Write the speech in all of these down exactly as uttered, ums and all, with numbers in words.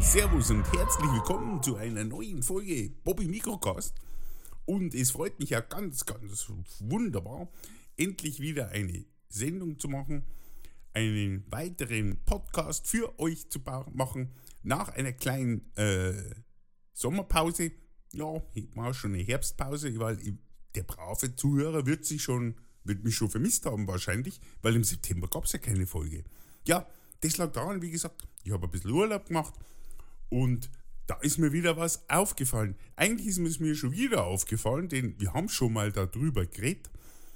Servus und herzlich willkommen zu einer neuen Folge Bobby Mikrocast. Und es freut mich ja ganz, ganz wunderbar, endlich wieder eine Sendung zu machen, einen weiteren Podcast für euch zu machen, nach einer kleinen äh, Sommerpause. Ja, war schon eine Herbstpause, weil der brave Zuhörer wird sich schon, wird mich schon vermisst haben wahrscheinlich, weil im September gab es ja keine Folge. Ja, das lag daran, wie gesagt, ich habe ein bisschen Urlaub gemacht und da ist mir wieder was aufgefallen. Eigentlich ist es mir schon wieder aufgefallen, denn wir haben schon mal darüber geredet.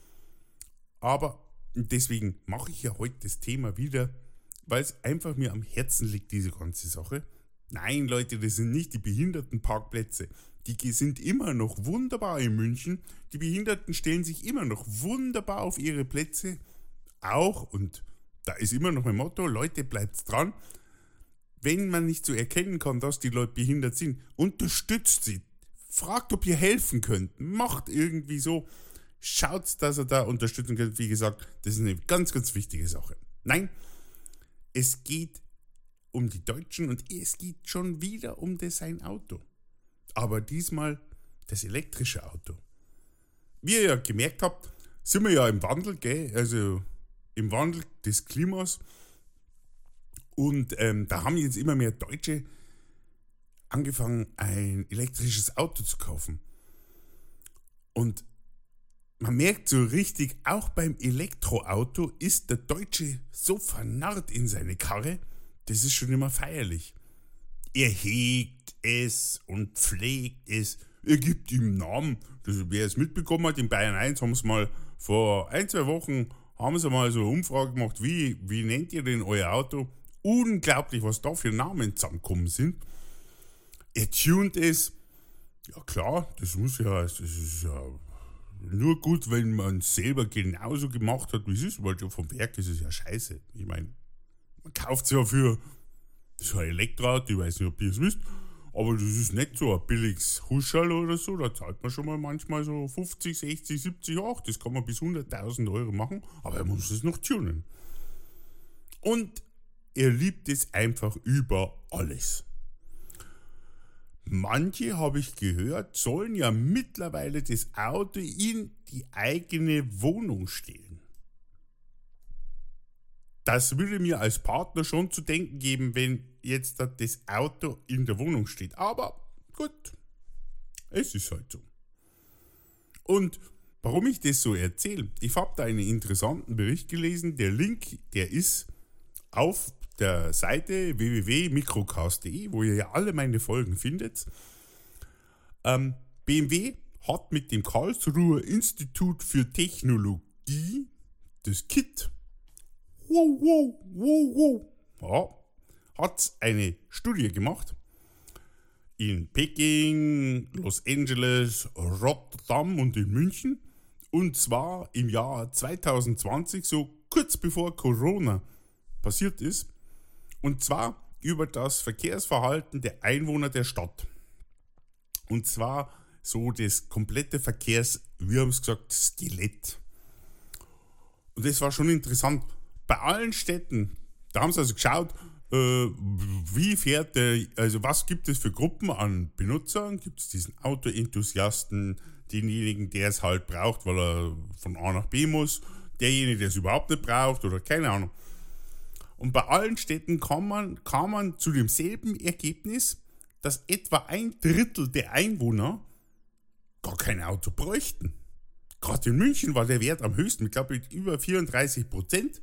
Aber deswegen mache ich ja heute das Thema wieder, weil es einfach mir am Herzen liegt, diese ganze Sache. Nein, Leute, das sind nicht die Behindertenparkplätze. Die sind immer noch wunderbar in München. Die Behinderten stellen sich immer noch wunderbar auf ihre Plätze. Auch, und da ist immer noch mein Motto, Leute, bleibt dran. Wenn man nicht so erkennen kann, dass die Leute behindert sind, unterstützt sie. Fragt, ob ihr helfen könnt. Macht irgendwie so. Schaut, dass ihr da unterstützen könnt. Wie gesagt, das ist eine ganz, ganz wichtige Sache. Nein, es geht um die Deutschen und es geht schon wieder um das sein Auto. Aber diesmal das elektrische Auto. Wie ihr ja gemerkt habt, sind wir ja im Wandel, gell? Also im Wandel des Klimas. Und ähm, da haben jetzt immer mehr Deutsche angefangen, ein elektrisches Auto zu kaufen. Und man merkt so richtig, auch beim Elektroauto ist der Deutsche so vernarrt in seine Karre, das ist schon immer feierlich. Er hegt es und pflegt es, er gibt ihm Namen. Das, wer es mitbekommen hat, in Bayern eins haben sie mal vor ein, zwei Wochen haben sie mal so eine Umfrage gemacht, wie, wie nennt ihr denn euer Auto? Unglaublich, was da für Namen zusammengekommen sind. Er tunt es. Ja klar, das muss ja, das ist ja nur gut, wenn man es selber genauso gemacht hat, wie es ist, weil schon vom Werk ist es ja scheiße. Ich meine, man kauft es ja für so ein Elektroauto, ich weiß nicht, ob ihr es wisst, aber das ist nicht so ein billiges Huscherl oder so, da zahlt man schon mal manchmal so fünfzig, sechzig, siebzig, ach, das kann man bis hunderttausend Euro machen, aber er muss es noch tunen. Und er liebt es einfach über alles. Manche, habe ich gehört, sollen ja mittlerweile das Auto in die eigene Wohnung stellen. Das würde mir als Partner schon zu denken geben, wenn jetzt das Auto in der Wohnung steht. Aber gut, es ist halt so. Und warum ich das so erzähle, ich habe da einen interessanten Bericht gelesen. Der Link, der ist auf der Seite w w w punkt mikrocast punkt d e, wo ihr ja alle meine Folgen findet. Ähm, B M W hat mit dem Karlsruher Institut für Technologie das K I T wow, wow, wow, wow, ja, hat eine Studie gemacht in Peking, Los Angeles, Rotterdam und in München, und zwar im Jahr zwanzig zwanzig, so kurz bevor Corona passiert ist, und zwar über das Verkehrsverhalten der Einwohner der Stadt. Und zwar so das komplette Verkehrs, wir haben es gesagt, Skelett. Und das war schon interessant. Bei allen Städten, da haben sie also geschaut, äh, wie fährt der, also was gibt es für Gruppen an Benutzern? Gibt es diesen Autoenthusiasten, denjenigen, der es halt braucht, weil er von A nach B muss, derjenige, der es überhaupt nicht braucht oder keine Ahnung. Und bei allen Städten kam man, kam man zu demselben Ergebnis, dass etwa ein Drittel der Einwohner gar kein Auto bräuchten. Gerade in München war der Wert am höchsten, ich glaube mit über vierunddreißig Prozent.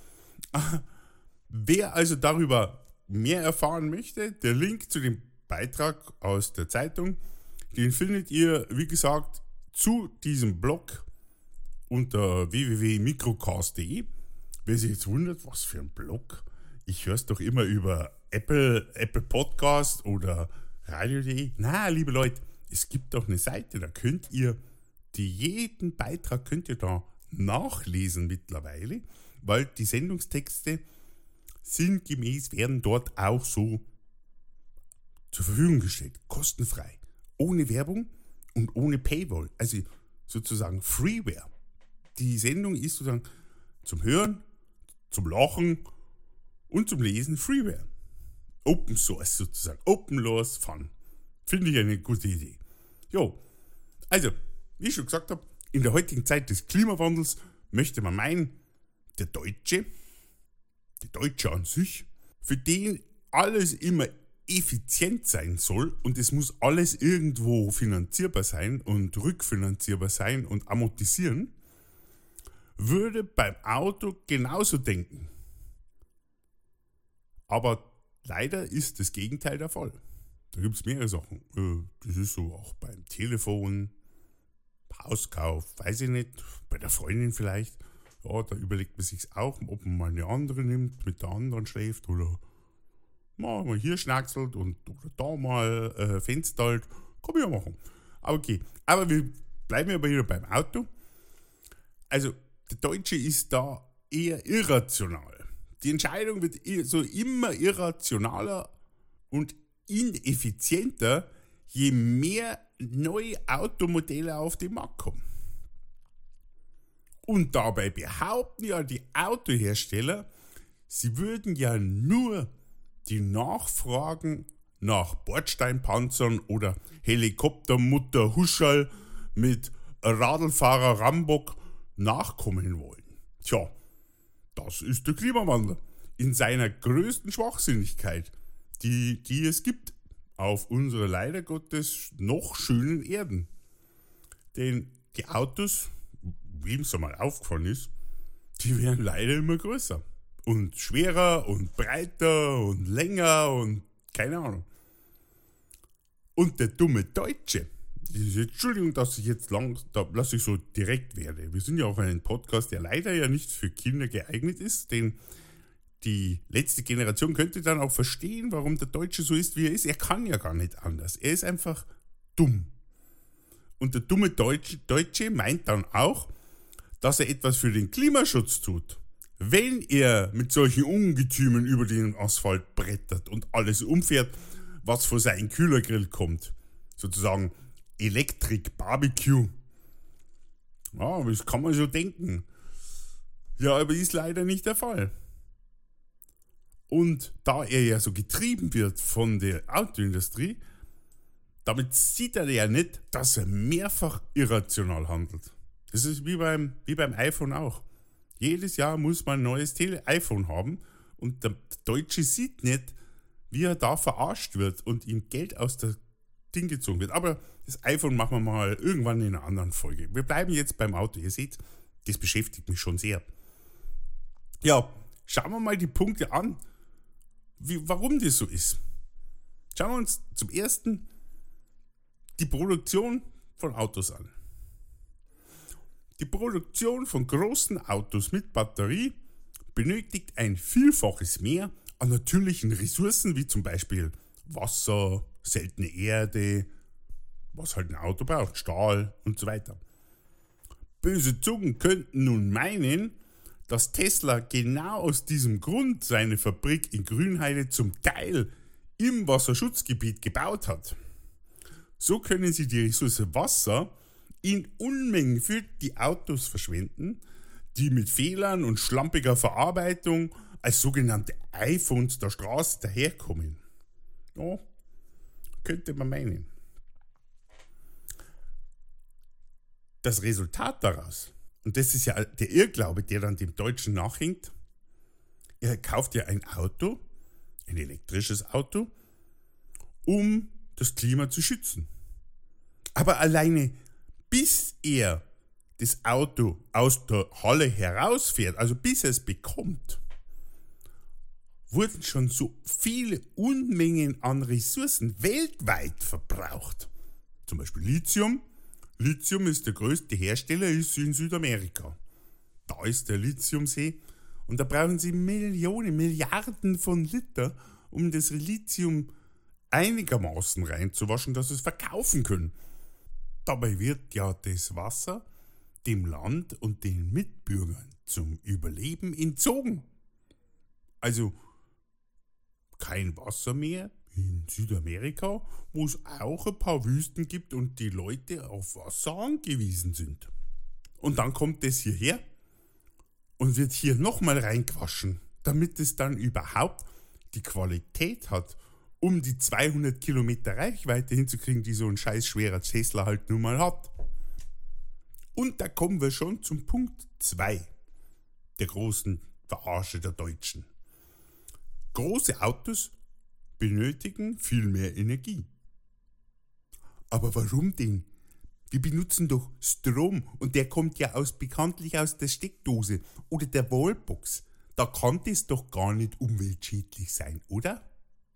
Wer also darüber mehr erfahren möchte, der Link zu dem Beitrag aus der Zeitung, den findet ihr, wie gesagt, zu diesem Blog unter w w w punkt mikrocast punkt d e. Wer sich jetzt wundert, was für ein Blog? Ich höre es doch immer über Apple, Apple Podcast oder radio punkt d e. Na, liebe Leute, es gibt doch eine Seite, da könnt ihr die, jeden Beitrag könnt ihr da nachlesen mittlerweile, weil die Sendungstexte sinngemäß werden dort auch so zur Verfügung gestellt. Kostenfrei, ohne Werbung und ohne Paywall, also sozusagen Freeware. Die Sendung ist sozusagen zum Hören, zum Lachen und zum Lesen Freeware. Open Source sozusagen. Open-Source Fun. Finde ich eine gute Idee. Jo, also, wie ich schon gesagt habe, in der heutigen Zeit des Klimawandels möchte man meinen, der Deutsche, der Deutsche an sich, für den alles immer effizient sein soll und es muss alles irgendwo finanzierbar sein und rückfinanzierbar sein und amortisieren, würde beim Auto genauso denken. Aber leider ist das Gegenteil der Fall. Da gibt es mehrere Sachen. Das ist so auch beim Telefon, Hauskauf, weiß ich nicht, bei der Freundin vielleicht. Ja, da überlegt man sich auch, ob man mal eine andere nimmt, mit der anderen schläft oder mal hier schnackselt und oder da mal äh, Fenster halt. Kann man ja machen. Aber okay, aber wir bleiben aber wieder beim Auto. Also, der Deutsche ist da eher irrational. Die Entscheidung wird so immer irrationaler und ineffizienter, je mehr neue Automodelle auf den Markt kommen. Und dabei behaupten ja die Autohersteller, sie würden ja nur die Nachfragen nach Bordsteinpanzern oder Helikoptermutter Huscherl mit Radlfahrer Rambock nachkommen wollen. Tja, das ist der Klimawandel in seiner größten Schwachsinnigkeit, die, die es gibt auf unserer leider Gottes noch schönen Erden. Denn die Autos, wem es einmal aufgefallen ist, die werden leider immer größer und schwerer und breiter und länger und keine Ahnung. Und der dumme Deutsche, Entschuldigung, dass ich jetzt lang, da lasse ich so direkt werde. Wir sind ja auch ein Podcast, der leider ja nicht für Kinder geeignet ist, denn die letzte Generation könnte dann auch verstehen, warum der Deutsche so ist, wie er ist. Er kann ja gar nicht anders. Er ist einfach dumm. Und der dumme Deutsche, Deutsche meint dann auch, dass er etwas für den Klimaschutz tut. Wenn er mit solchen Ungetümen über den Asphalt brettert und alles umfährt, was vor seinen Kühlergrill kommt. Sozusagen Electric Barbecue. Ja, das kann man so denken. Ja, aber ist leider nicht der Fall. Und da er ja so getrieben wird von der Autoindustrie, damit sieht er ja nicht, dass er mehrfach irrational handelt. Das ist wie beim, wie beim iPhone auch. Jedes Jahr muss man ein neues Tele- iPhone haben und der Deutsche sieht nicht, wie er da verarscht wird und ihm Geld aus der Ding gezogen wird. Aber das iPhone machen wir mal irgendwann in einer anderen Folge. Wir bleiben jetzt beim Auto. Ihr seht, das beschäftigt mich schon sehr. Ja, schauen wir mal die Punkte an, wie, warum das so ist. Schauen wir uns zum ersten die Produktion von Autos an. Die Produktion von großen Autos mit Batterie benötigt ein Vielfaches mehr an natürlichen Ressourcen, wie zum Beispiel Wasser, seltene Erde, was halt ein Auto braucht, Stahl und so weiter. Böse Zungen könnten nun meinen, dass Tesla genau aus diesem Grund seine Fabrik in Grünheide zum Teil im Wasserschutzgebiet gebaut hat. So können sie die Ressource Wasser in Unmengen für die Autos verschwenden, die mit Fehlern und schlampiger Verarbeitung als sogenannte iPhones der Straße daherkommen. Ja, könnte man meinen. Das Resultat daraus, und das ist ja der Irrglaube, der dann dem Deutschen nachhängt, er kauft ja ein Auto, ein elektrisches Auto, um das Klima zu schützen. Aber alleine bis er das Auto aus der Halle herausfährt, also bis er es bekommt, wurden schon so viele Unmengen an Ressourcen weltweit verbraucht. Zum Beispiel Lithium. Lithium ist der größte Hersteller, ist in Südamerika. Da ist der Lithiumsee und da brauchen sie Millionen, Milliarden von Liter, um das Lithium einigermaßen reinzuwaschen, dass sie es verkaufen können. Dabei wird ja das Wasser dem Land und den Mitbürgern zum Überleben entzogen. Also kein Wasser mehr in Südamerika, wo es auch ein paar Wüsten gibt und die Leute auf Wasser angewiesen sind. Und dann kommt das hierher und wird hier nochmal reingewaschen, damit es dann überhaupt die Qualität hat, um die zweihundert Kilometer Reichweite hinzukriegen, die so ein scheiß schwerer Tesla halt nun mal hat. Und da kommen wir schon zum Punkt zwei der großen Verarsche der Deutschen. Große Autos benötigen viel mehr Energie. Aber warum denn? Wir benutzen doch Strom und der kommt ja aus, bekanntlich aus der Steckdose oder der Wallbox. Da kann das doch gar nicht umweltschädlich sein, oder?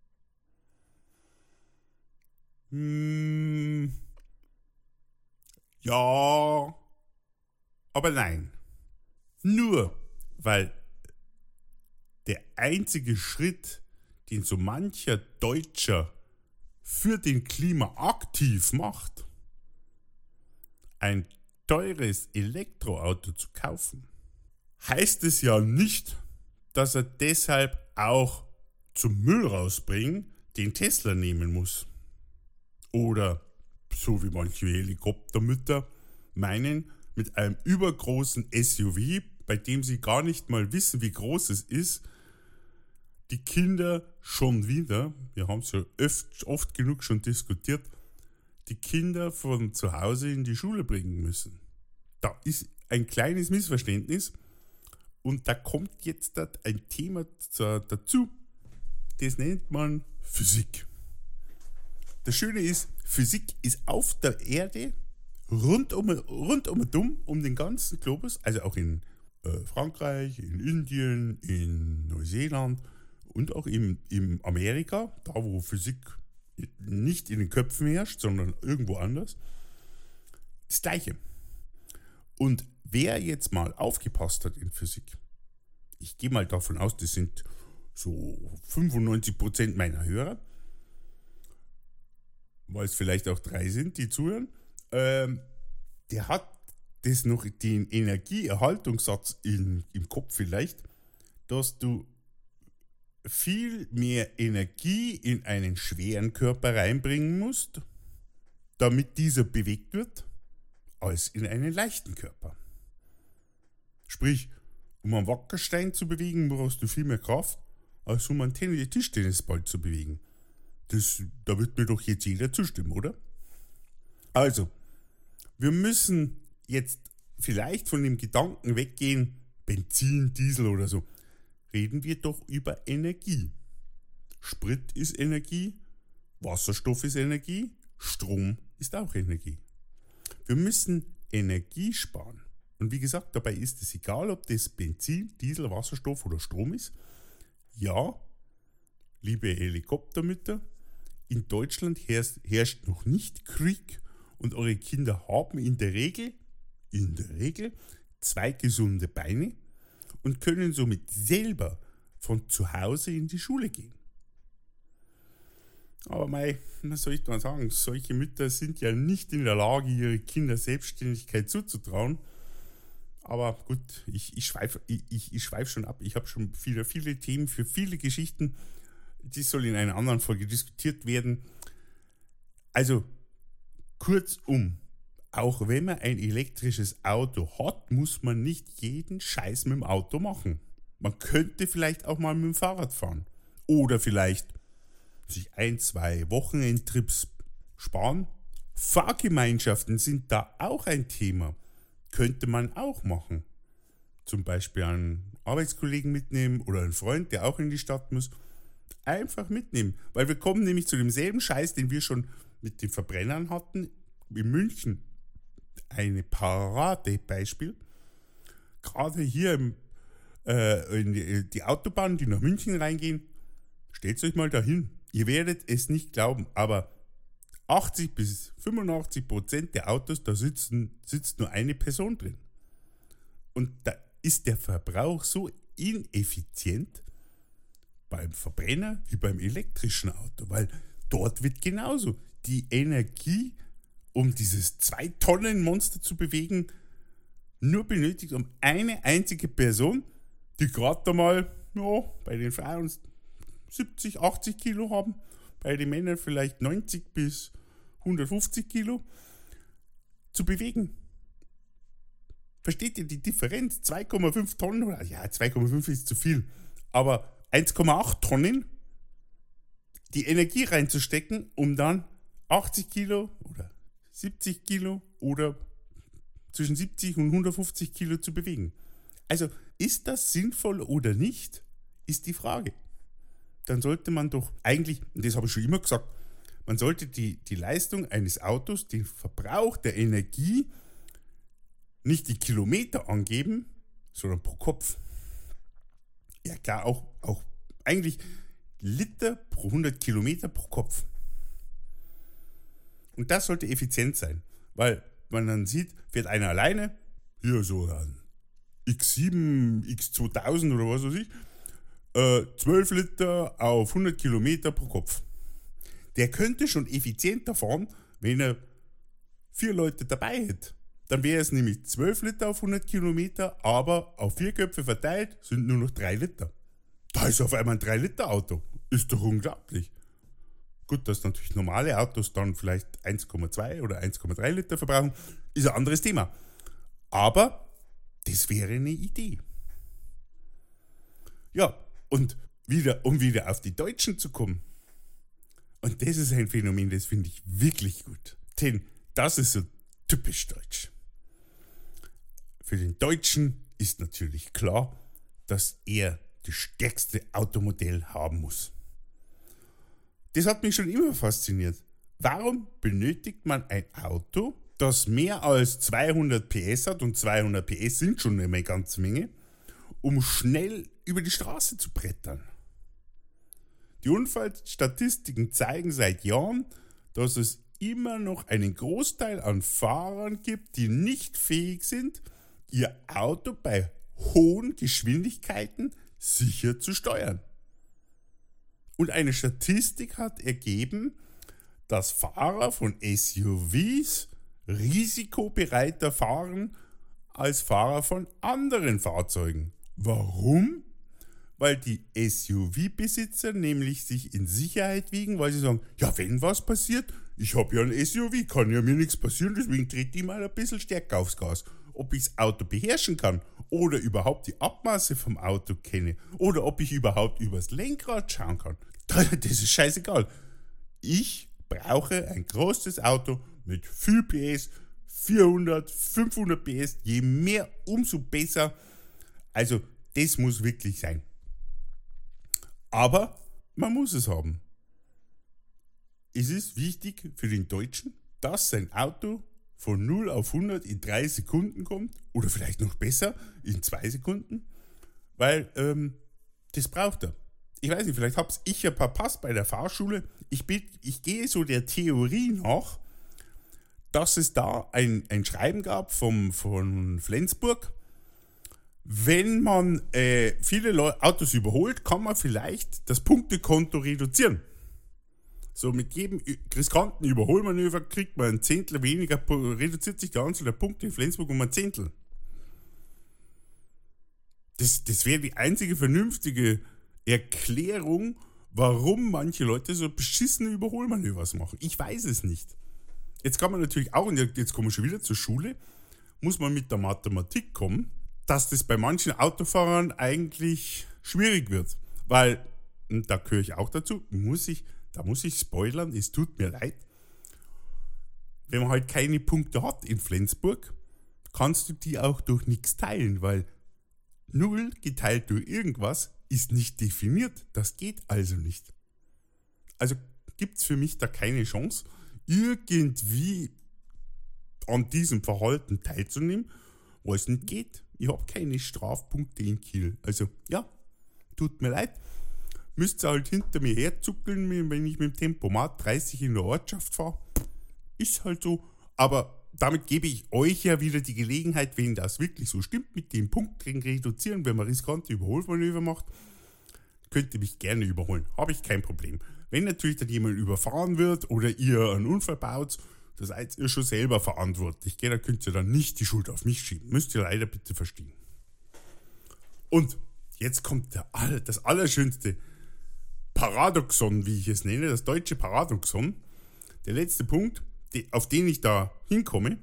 Hm, ja, aber nein. Nur weil der einzige Schritt, den so mancher Deutscher für den Klima aktiv macht, ein teures Elektroauto zu kaufen, heißt es ja nicht, dass er deshalb auch zum Müll rausbringen den Tesla nehmen muss. Oder, so wie manche Helikoptermütter meinen, mit einem übergroßen S U V, bei dem sie gar nicht mal wissen, wie groß es ist, die Kinder schon wieder, wir haben es ja oft, oft genug schon diskutiert, die Kinder von zu Hause in die Schule bringen müssen. Da ist ein kleines Missverständnis und da kommt jetzt ein Thema dazu, das nennt man Physik. Das Schöne ist, Physik ist auf der Erde rund um, rund um, um den ganzen Globus, also auch in äh, Frankreich, in Indien, in Neuseeland und auch in, in Amerika, da wo Physik nicht in den Köpfen herrscht, sondern irgendwo anders, das Gleiche. Und wer jetzt mal aufgepasst hat in Physik, ich gehe mal davon aus, das sind so fünfundneunzig Prozent meiner Hörer, weil es vielleicht auch drei sind, die zuhören, ähm, der hat das noch den Energieerhaltungssatz in, im Kopf vielleicht, dass du viel mehr Energie in einen schweren Körper reinbringen musst, damit dieser bewegt wird, als in einen leichten Körper. Sprich, um einen Wackerstein zu bewegen, brauchst du viel mehr Kraft, als um einen Ten- Tischtennisball zu bewegen. Das, da wird mir doch jetzt jeder zustimmen, oder? Also, wir müssen jetzt vielleicht von dem Gedanken weggehen, Benzin, Diesel oder so. Reden wir doch über Energie. Sprit ist Energie, Wasserstoff ist Energie, Strom ist auch Energie. Wir müssen Energie sparen. Und wie gesagt, dabei ist es egal, ob das Benzin, Diesel, Wasserstoff oder Strom ist. Ja, liebe Helikoptermütter, in Deutschland herrscht, herrscht noch nicht Krieg und eure Kinder haben in der Regel, in der Regel zwei gesunde Beine und können somit selber von zu Hause in die Schule gehen. Aber mei, was soll ich da sagen, solche Mütter sind ja nicht in der Lage, ihre Kinder Selbstständigkeit zuzutrauen. Aber gut, ich, ich schweife ich, ich, ich schweif schon ab. Ich habe schon viele, viele Themen für viele Geschichten. Die soll in einer anderen Folge diskutiert werden. Also, kurzum, auch wenn man ein elektrisches Auto hat, muss man nicht jeden Scheiß mit dem Auto machen. Man könnte vielleicht auch mal mit dem Fahrrad fahren. Oder vielleicht sich ein, zwei Wochenendtrips sparen. Fahrgemeinschaften sind da auch ein Thema. Könnte man auch machen. Zum Beispiel einen Arbeitskollegen mitnehmen oder einen Freund, der auch in die Stadt muss. Einfach mitnehmen. Weil wir kommen nämlich zu demselben Scheiß, den wir schon mit den Verbrennern hatten. In München eine Paradebeispiel. Gerade hier im, äh, in die, die Autobahnen, die nach München reingehen, stellt euch mal dahin. Ihr werdet es nicht glauben, aber achtzig bis fünfundachtzig Prozent der Autos, da sitzen, sitzt nur eine Person drin. Und da ist der Verbrauch so ineffizient beim Verbrenner wie beim elektrischen Auto, weil dort wird genauso die Energie, um dieses zwei Tonnen Monster zu bewegen, nur benötigt, um eine einzige Person, die gerade einmal ja, bei den Frauen siebzig, achtzig Kilo haben, bei den Männern vielleicht neunzig bis hundertfünfzig Kilo, zu bewegen. Versteht ihr die Differenz? zwei Komma fünf Tonnen, oder ja, zwei Komma fünf ist zu viel, aber eins Komma acht Tonnen die Energie reinzustecken, um dann achtzig Kilo oder siebzig Kilo oder zwischen siebzig und hundertfünfzig Kilo zu bewegen. Also ist das sinnvoll oder nicht, ist die Frage. Dann sollte man doch eigentlich, und das habe ich schon immer gesagt, man sollte die, die Leistung eines Autos, den Verbrauch der Energie, nicht die Kilometer angeben, sondern pro Kopf. Ja klar, auch, auch eigentlich Liter pro hundert Kilometer pro Kopf. Und das sollte effizient sein, weil man dann sieht, fährt einer alleine, hier so ein X sieben, X zweitausend oder was weiß ich, äh, zwölf Liter auf hundert Kilometer pro Kopf. Der könnte schon effizienter fahren, wenn er vier Leute dabei hätte. Dann wäre es nämlich zwölf Liter auf hundert Kilometer, aber auf vier Köpfe verteilt sind nur noch drei Liter. Da ist auf einmal ein drei Liter Auto. Ist doch unglaublich. Gut, dass natürlich normale Autos dann vielleicht eins Komma zwei oder eins Komma drei Liter verbrauchen, ist ein anderes Thema. Aber das wäre eine Idee. Ja, und wieder, um wieder auf die Deutschen zu kommen. Und das ist ein Phänomen, das finde ich wirklich gut. Denn das ist so typisch deutsch. Für den Deutschen ist natürlich klar, dass er das stärkste Automodell haben muss. Das hat mich schon immer fasziniert. Warum benötigt man ein Auto, das mehr als zweihundert P S hat, und zweihundert P S sind schon eine ganze Menge, um schnell über die Straße zu brettern? Die Unfallstatistiken zeigen seit Jahren, dass es immer noch einen Großteil an Fahrern gibt, die nicht fähig sind, ihr Auto bei hohen Geschwindigkeiten sicher zu steuern. Und eine Statistik hat ergeben, dass Fahrer von S U Vs risikobereiter fahren als Fahrer von anderen Fahrzeugen. Warum? Weil die S U V-Besitzer nämlich sich in Sicherheit wiegen, weil sie sagen, ja, wenn was passiert, ich habe ja ein S U V, kann ja mir nichts passieren, deswegen trete ich mal ein bisschen stärker aufs Gas. Ob ich das Auto beherrschen kann oder überhaupt die Abmaße vom Auto kenne oder ob ich überhaupt übers Lenkrad schauen kann, das ist scheißegal. Ich brauche ein großes Auto mit viel P S, vierhundert, fünfhundert P S, je mehr, umso besser. Also das muss wirklich sein. Aber man muss es haben. Es ist wichtig für den Deutschen, dass sein Auto von null auf hundert in drei Sekunden kommt oder vielleicht noch besser in zwei Sekunden, weil ähm, das braucht er. Ich weiß nicht, vielleicht habe ich ja verpasst bei der Fahrschule. Ich, bin, ich gehe so der Theorie nach, dass es da ein, ein Schreiben gab vom, von Flensburg. Wenn man äh, viele Leu- Autos überholt, kann man vielleicht das Punktekonto reduzieren. So mit jedem riskanten Überholmanöver kriegt man ein Zehntel weniger, reduziert sich die Anzahl der Punkte in Flensburg um ein Zehntel. Das, das wäre die einzige vernünftige Erklärung, warum manche Leute so beschissene Überholmanövers machen. Ich weiß es nicht. Jetzt kann man natürlich auch, und jetzt kommen wir schon wieder zur Schule, muss man mit der Mathematik kommen, dass das bei manchen Autofahrern eigentlich schwierig wird. Weil, und da gehöre ich auch dazu, muss ich, da muss ich spoilern, es tut mir leid, wenn man halt keine Punkte hat in Flensburg, kannst du die auch durch nichts teilen, weil null geteilt durch irgendwas ist nicht definiert. Das geht also nicht. Also gibt es für mich da keine Chance, irgendwie an diesem Verhalten teilzunehmen, weil es nicht geht. Ich habe keine Strafpunkte in Kiel. Also ja, tut mir leid. Müsst ihr halt hinter mir herzuckeln, wenn ich mit dem Tempomat dreißig in der Ortschaft fahre. Ist halt so. Aber damit gebe ich euch ja wieder die Gelegenheit, wenn das wirklich so stimmt, mit dem Punktring reduzieren, wenn man riskante Überholmanöver macht, könnt ihr mich gerne überholen. Habe ich kein Problem. Wenn natürlich dann jemand überfahren wird oder ihr einen Unfall baut, das seid ihr schon selber verantwortlich. Da könnt ihr dann nicht die Schuld auf mich schieben. Müsst ihr leider bitte verstehen. Und jetzt kommt der, das Allerschönste Paradoxon, wie ich es nenne, das deutsche Paradoxon. Der letzte Punkt, auf den ich da hinkomme,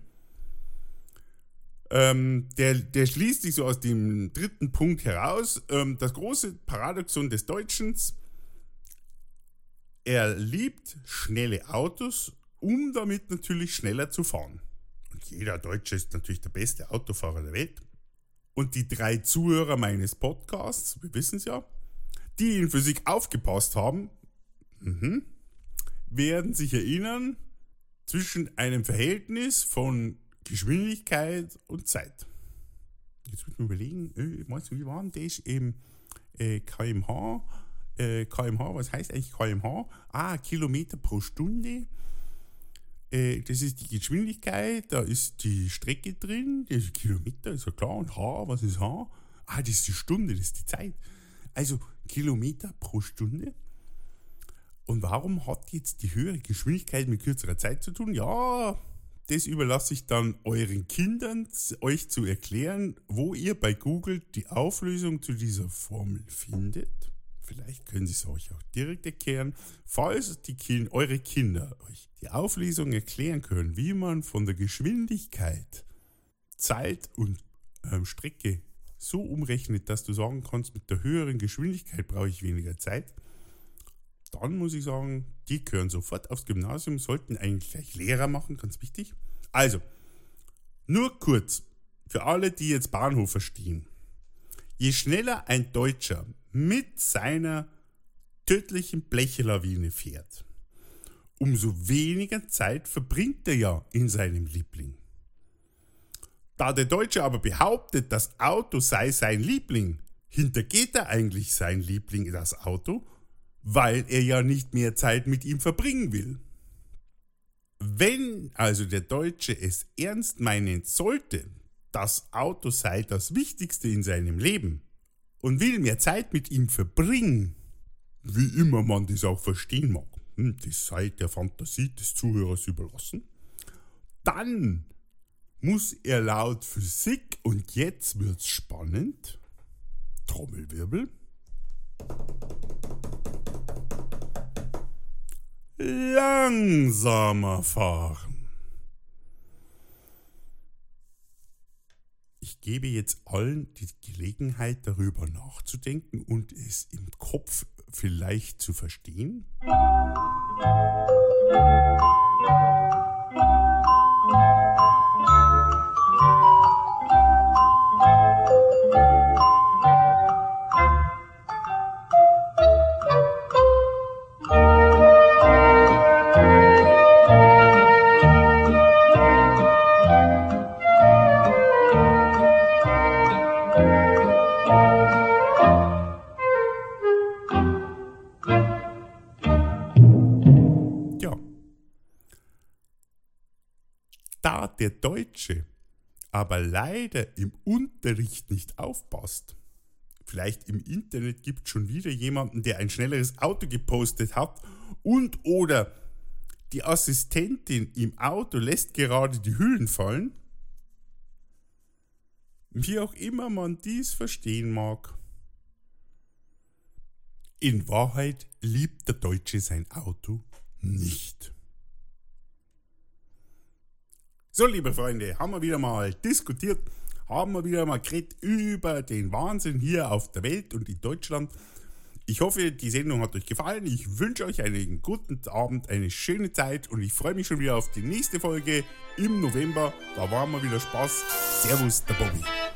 ähm, der, der schließt sich so aus dem dritten Punkt heraus. Ähm, das große Paradoxon des Deutschen. er liebt schnelle Autos, um damit natürlich schneller zu fahren. Und jeder Deutsche ist natürlich der beste Autofahrer der Welt. Und die drei Zuhörer meines Podcasts, wir wissen es ja, die in Physik aufgepasst haben, mh, werden sich erinnern, zwischen einem Verhältnis von Geschwindigkeit und Zeit. Jetzt muss man überlegen, äh, weißt du, wie war denn das? Ähm, äh, kmh, äh, kmh, was heißt eigentlich kmh? Ah, Kilometer pro Stunde. Äh, das ist die Geschwindigkeit, da ist die Strecke drin, das ist Kilometer, ist ja klar. Und H, was ist H? Ah, das ist die Stunde, das ist die Zeit. Also Kilometer pro Stunde. Und warum hat jetzt die höhere Geschwindigkeit mit kürzerer Zeit zu tun? Ja, das überlasse ich dann euren Kindern, euch zu erklären, wo ihr bei Google die Auflösung zu dieser Formel findet. Vielleicht können sie es euch auch direkt erklären. Falls die kind, eure Kinder euch die Auflösung erklären können, wie man von der Geschwindigkeit, Zeit und ähm, Strecke so umrechnet, dass du sagen kannst, mit der höheren Geschwindigkeit brauche ich weniger Zeit, dann muss ich sagen, die gehören sofort aufs Gymnasium, sollten eigentlich gleich Lehrer machen, ganz wichtig. Also, nur kurz, für alle, die jetzt Bahnhof verstehen. Je schneller ein Deutscher mit seiner tödlichen Blechlawine fährt, umso weniger Zeit verbringt er ja in seinem Liebling. Da der Deutsche aber behauptet, das Auto sei sein Liebling, hintergeht er eigentlich sein Liebling, das Auto, weil er ja nicht mehr Zeit mit ihm verbringen will. Wenn also der Deutsche es ernst meinen sollte, das Auto sei das Wichtigste in seinem Leben und will mehr Zeit mit ihm verbringen, wie immer man das auch verstehen mag, das sei der Fantasie des Zuhörers überlassen, dann muss er laut Physik, und jetzt wird's spannend, Trommelwirbel, langsamer fahren. Ich gebe jetzt allen die Gelegenheit, darüber nachzudenken und es im Kopf vielleicht zu verstehen. Da der Deutsche aber leider im Unterricht nicht aufpasst, vielleicht im Internet gibt es schon wieder jemanden, der ein schnelleres Auto gepostet hat und oder die Assistentin im Auto lässt gerade die Hüllen fallen, wie auch immer man dies verstehen mag. In Wahrheit liebt der Deutsche sein Auto nicht. So, liebe Freunde, haben wir wieder mal diskutiert, haben wir wieder mal geredet über den Wahnsinn hier auf der Welt und in Deutschland. Ich hoffe, die Sendung hat euch gefallen. Ich wünsche euch einen guten Abend, eine schöne Zeit und ich freue mich schon wieder auf die nächste Folge im November. Da war mal wieder Spaß. Servus, der Bobby.